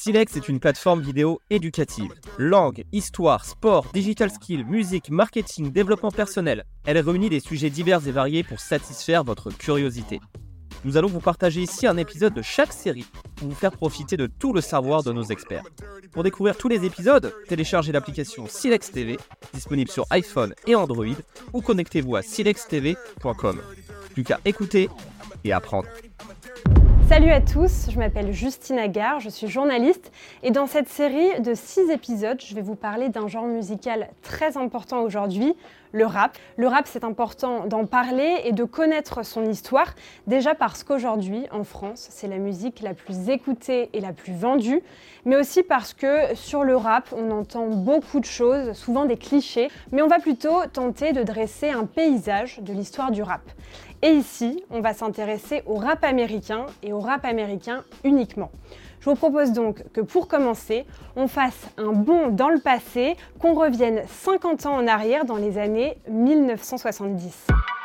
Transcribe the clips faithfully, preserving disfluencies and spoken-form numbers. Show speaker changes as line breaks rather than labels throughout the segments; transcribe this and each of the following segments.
Silex est une plateforme vidéo éducative. Langue, histoire, sport, digital skills, musique, marketing, développement personnel. Elle réunit des sujets divers et variés pour satisfaire votre curiosité. Nous allons vous partager ici un épisode de chaque série pour vous faire profiter de tout le savoir de nos experts. Pour découvrir tous les épisodes, téléchargez l'application Silex T V, disponible sur iPhone et Android, ou connectez-vous à silex t v point com. Plus qu'à écouter et apprendre.
Salut à tous, je m'appelle Justine Agar, je suis journaliste et dans cette série de six épisodes, je vais vous parler d'un genre musical très important aujourd'hui, le rap. Le rap, c'est important d'en parler et de connaître son histoire, déjà parce qu'aujourd'hui, en France, c'est la musique la plus écoutée et la plus vendue, mais aussi parce que sur le rap, on entend beaucoup de choses, souvent des clichés, mais on va plutôt tenter de dresser un paysage de l'histoire du rap. Et ici, on va s'intéresser au rap américain et au rap américain uniquement. Je vous propose donc que pour commencer, on fasse un bond dans le passé, qu'on revienne cinquante ans en arrière dans les années mille neuf cent soixante-dix.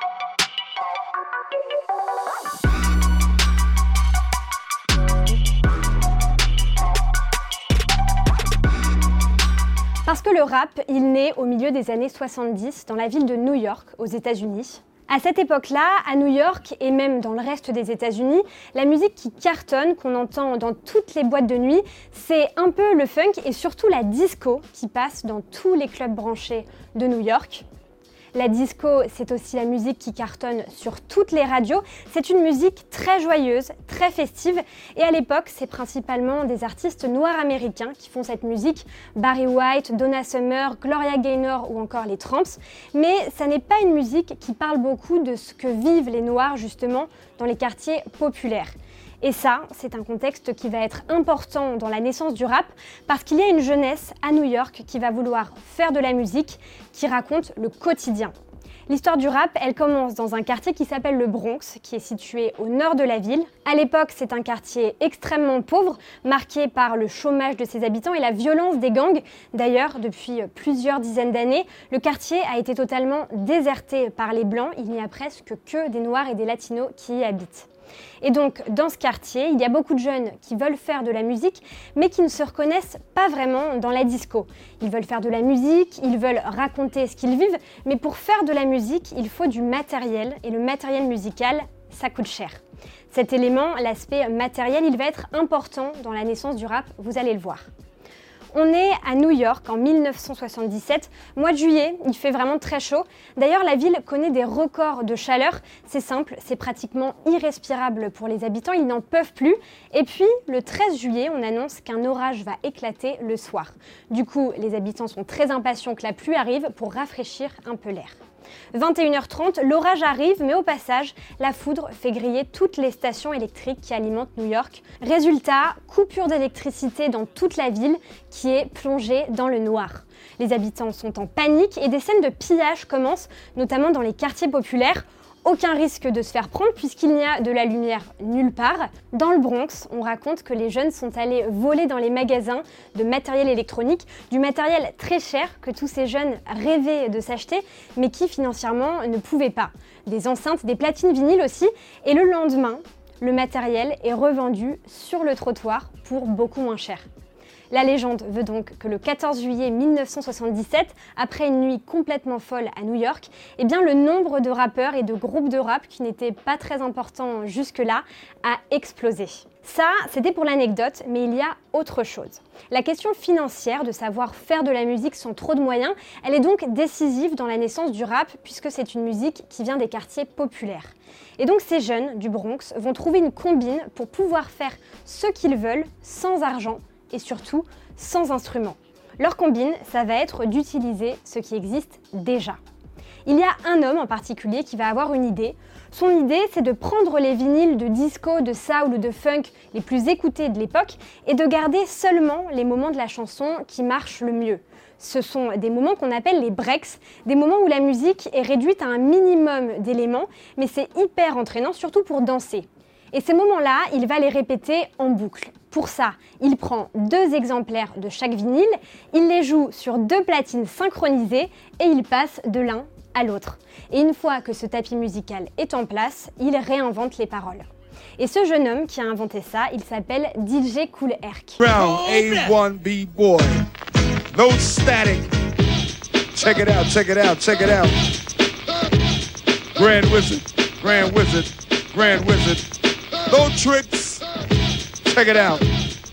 Parce que le rap, il naît au milieu des années soixante-dix dans la ville de New York, aux États-Unis. À cette époque-là, à New York et même dans le reste des États-Unis, la musique qui cartonne, qu'on entend dans toutes les boîtes de nuit, c'est un peu le funk et surtout la disco qui passe dans tous les clubs branchés de New York. La disco, c'est aussi la musique qui cartonne sur toutes les radios. C'est une musique très joyeuse, très festive. Et à l'époque, c'est principalement des artistes noirs américains qui font cette musique. Barry White, Donna Summer, Gloria Gaynor ou encore les Tramps. Mais ça n'est pas une musique qui parle beaucoup de ce que vivent les Noirs justement dans les quartiers populaires. Et ça, c'est un contexte qui va être important dans la naissance du rap parce qu'il y a une jeunesse à New York qui va vouloir faire de la musique qui raconte le quotidien. L'histoire du rap, elle commence dans un quartier qui s'appelle le Bronx, qui est situé au nord de la ville. À l'époque, c'est un quartier extrêmement pauvre, marqué par le chômage de ses habitants et la violence des gangs. D'ailleurs, depuis plusieurs dizaines d'années, le quartier a été totalement déserté par les Blancs. Il n'y a presque que des Noirs et des Latinos qui y habitent. Et donc, dans ce quartier, il y a beaucoup de jeunes qui veulent faire de la musique, mais qui ne se reconnaissent pas vraiment dans la disco. Ils veulent faire de la musique, ils veulent raconter ce qu'ils vivent, mais pour faire de la musique, il faut du matériel, et le matériel musical, ça coûte cher. Cet élément, l'aspect matériel, il va être important dans la naissance du rap, vous allez le voir. On est à New York en mille neuf cent soixante-dix-sept, mois de juillet, il fait vraiment très chaud. D'ailleurs, la ville connaît des records de chaleur. C'est simple, c'est pratiquement irrespirable pour les habitants, ils n'en peuvent plus. Et puis, le treize juillet, on annonce qu'un orage va éclater le soir. Du coup, les habitants sont très impatients que la pluie arrive pour rafraîchir un peu l'air. vingt et une heures trente, l'orage arrive, mais au passage, la foudre fait griller toutes les stations électriques qui alimentent New York. Résultat, coupure d'électricité dans toute la ville qui est plongée dans le noir. Les habitants sont en panique et des scènes de pillage commencent, notamment dans les quartiers populaires. Aucun risque de se faire prendre puisqu'il n'y a de la lumière nulle part. Dans le Bronx, on raconte que les jeunes sont allés voler dans les magasins de matériel électronique, du matériel très cher que tous ces jeunes rêvaient de s'acheter, mais qui financièrement ne pouvaient pas. Des enceintes, des platines vinyles aussi, et le lendemain, le matériel est revendu sur le trottoir pour beaucoup moins cher. La légende veut donc que le quatorze juillet mille neuf cent soixante-dix-sept, après une nuit complètement folle à New York, eh bien le nombre de rappeurs et de groupes de rap qui n'étaient pas très importants jusque-là a explosé. Ça, c'était pour l'anecdote, mais il y a autre chose. La question financière de savoir faire de la musique sans trop de moyens, elle est donc décisive dans la naissance du rap puisque c'est une musique qui vient des quartiers populaires. Et donc ces jeunes du Bronx vont trouver une combine pour pouvoir faire ce qu'ils veulent sans argent et surtout sans instruments. Leur combine, ça va être d'utiliser ce qui existe déjà. Il y a un homme en particulier qui va avoir une idée. Son idée, c'est de prendre les vinyles de disco, de soul ou de funk les plus écoutés de l'époque et de garder seulement les moments de la chanson qui marchent le mieux. Ce sont des moments qu'on appelle les breaks, des moments où la musique est réduite à un minimum d'éléments, mais c'est hyper entraînant, surtout pour danser. Et ces moments-là, il va les répéter en boucle. Pour ça, il prend deux exemplaires de chaque vinyle, il les joue sur deux platines synchronisées et il passe de l'un à l'autre. Et une fois que ce tapis musical est en place, il réinvente les paroles. Et ce jeune homme qui a inventé ça, il s'appelle D J Kool Herc.
Round A one B-boy. No static. Check it out, check it out, check it out. Grand Wizard, Grand Wizard, Grand Wizard. No tricks. Check it out.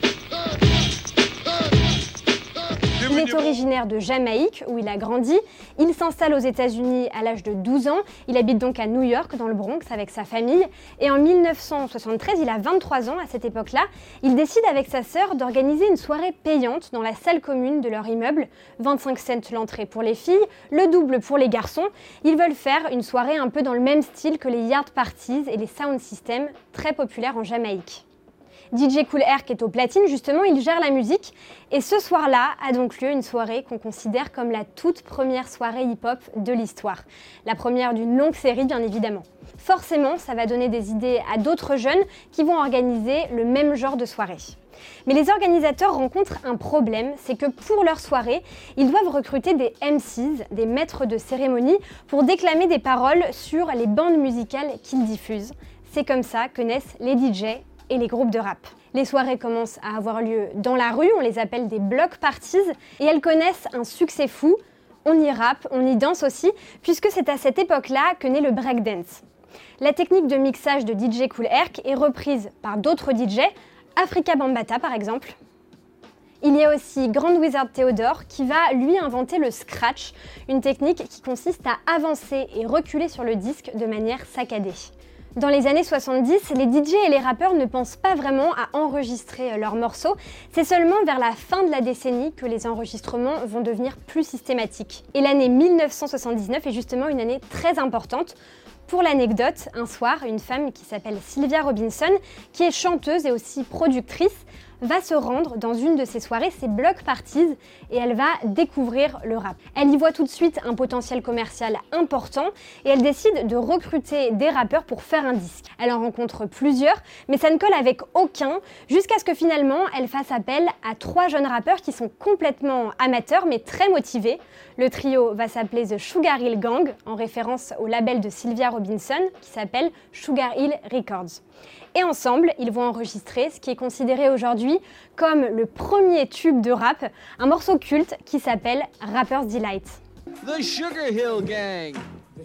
Il est originaire de Jamaïque, où il a grandi. Il s'installe aux États-Unis à l'âge de douze ans. Il habite donc à New York, dans le Bronx, avec sa famille. Et en mille neuf cent soixante-treize, il a vingt-trois ans à cette époque-là. Il décide avec sa sœur d'organiser une soirée payante dans la salle commune de leur immeuble. vingt-cinq cents l'entrée pour les filles, le double pour les garçons. Ils veulent faire une soirée un peu dans le même style que les yard parties et les sound systems, très populaires en Jamaïque. D J Kool Herc est au platine, justement, il gère la musique. Et ce soir-là a donc lieu une soirée qu'on considère comme la toute première soirée hip-hop de l'histoire. La première d'une longue série, bien évidemment. Forcément, ça va donner des idées à d'autres jeunes qui vont organiser le même genre de soirée. Mais les organisateurs rencontrent un problème, c'est que pour leur soirée, ils doivent recruter des M Cs, des maîtres de cérémonie, pour déclamer des paroles sur les bandes musicales qu'ils diffusent. C'est comme ça que naissent les D J et les groupes de rap. Les soirées commencent à avoir lieu dans la rue, on les appelle des block parties, et elles connaissent un succès fou. On y rappe, on y danse aussi, puisque c'est à cette époque-là que naît le breakdance. La technique de mixage de D J Kool Herc est reprise par d'autres D J, Afrika Bambaataa par exemple. Il y a aussi Grand Wizard Theodore qui va lui inventer le scratch, une technique qui consiste à avancer et reculer sur le disque de manière saccadée. Dans les années soixante-dix, les D J et les rappeurs ne pensent pas vraiment à enregistrer leurs morceaux. C'est seulement vers la fin de la décennie que les enregistrements vont devenir plus systématiques. Et l'année mille neuf cent soixante-dix-neuf est justement une année très importante. Pour l'anecdote, un soir, une femme qui s'appelle Sylvia Robinson, qui est chanteuse et aussi productrice, va se rendre dans une de ces soirées, ces block parties, et elle va découvrir le rap. Elle y voit tout de suite un potentiel commercial important et elle décide de recruter des rappeurs pour faire un disque. Elle en rencontre plusieurs, mais ça ne colle avec aucun, jusqu'à ce que finalement elle fasse appel à trois jeunes rappeurs qui sont complètement amateurs mais très motivés. Le trio va s'appeler The Sugar Hill Gang, en référence au label de Sylvia Robinson qui s'appelle Sugar Hill Records. Et ensemble, ils vont enregistrer ce qui est considéré aujourd'hui comme le premier tube de rap, un morceau culte qui s'appelle Rapper's Delight.
The Sugar Hill Gang.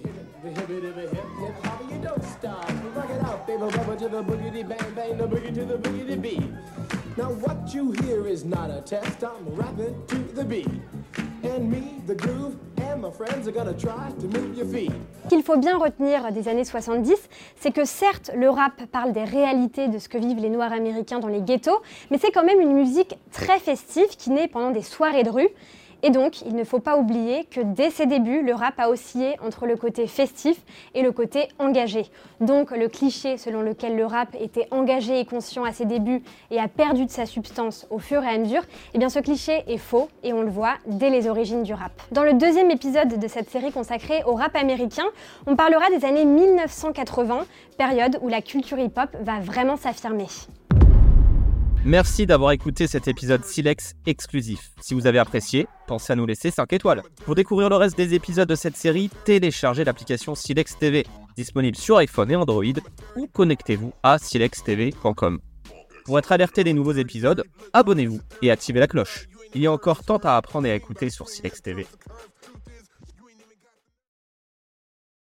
Now what you hear is not a test, I'm rapping to the beat. And me, the groove, and my friends are gonna try to move your feet.
Ce qu'il faut bien retenir des années soixante-dix, c'est que certes, le rap parle des réalités de ce que vivent les Noirs américains dans les ghettos, mais c'est quand même une musique très festive qui naît pendant des soirées de rue. Et donc, il ne faut pas oublier que dès ses débuts, le rap a oscillé entre le côté festif et le côté engagé. Donc, le cliché selon lequel le rap était engagé et conscient à ses débuts et a perdu de sa substance au fur et à mesure, eh bien ce cliché est faux et on le voit dès les origines du rap. Dans le deuxième épisode de cette série consacrée au rap américain, on parlera des années mille neuf cent quatre-vingts, période où la culture hip-hop va vraiment s'affirmer.
Merci d'avoir écouté cet épisode Silex exclusif. Si vous avez apprécié, pensez à nous laisser cinq étoiles. Pour découvrir le reste des épisodes de cette série, téléchargez l'application Silex T V, disponible sur iPhone et Android, ou connectez-vous à silex t v point com. Pour être alerté des nouveaux épisodes, abonnez-vous et activez la cloche. Il y a encore tant à apprendre et à écouter sur Silex T V.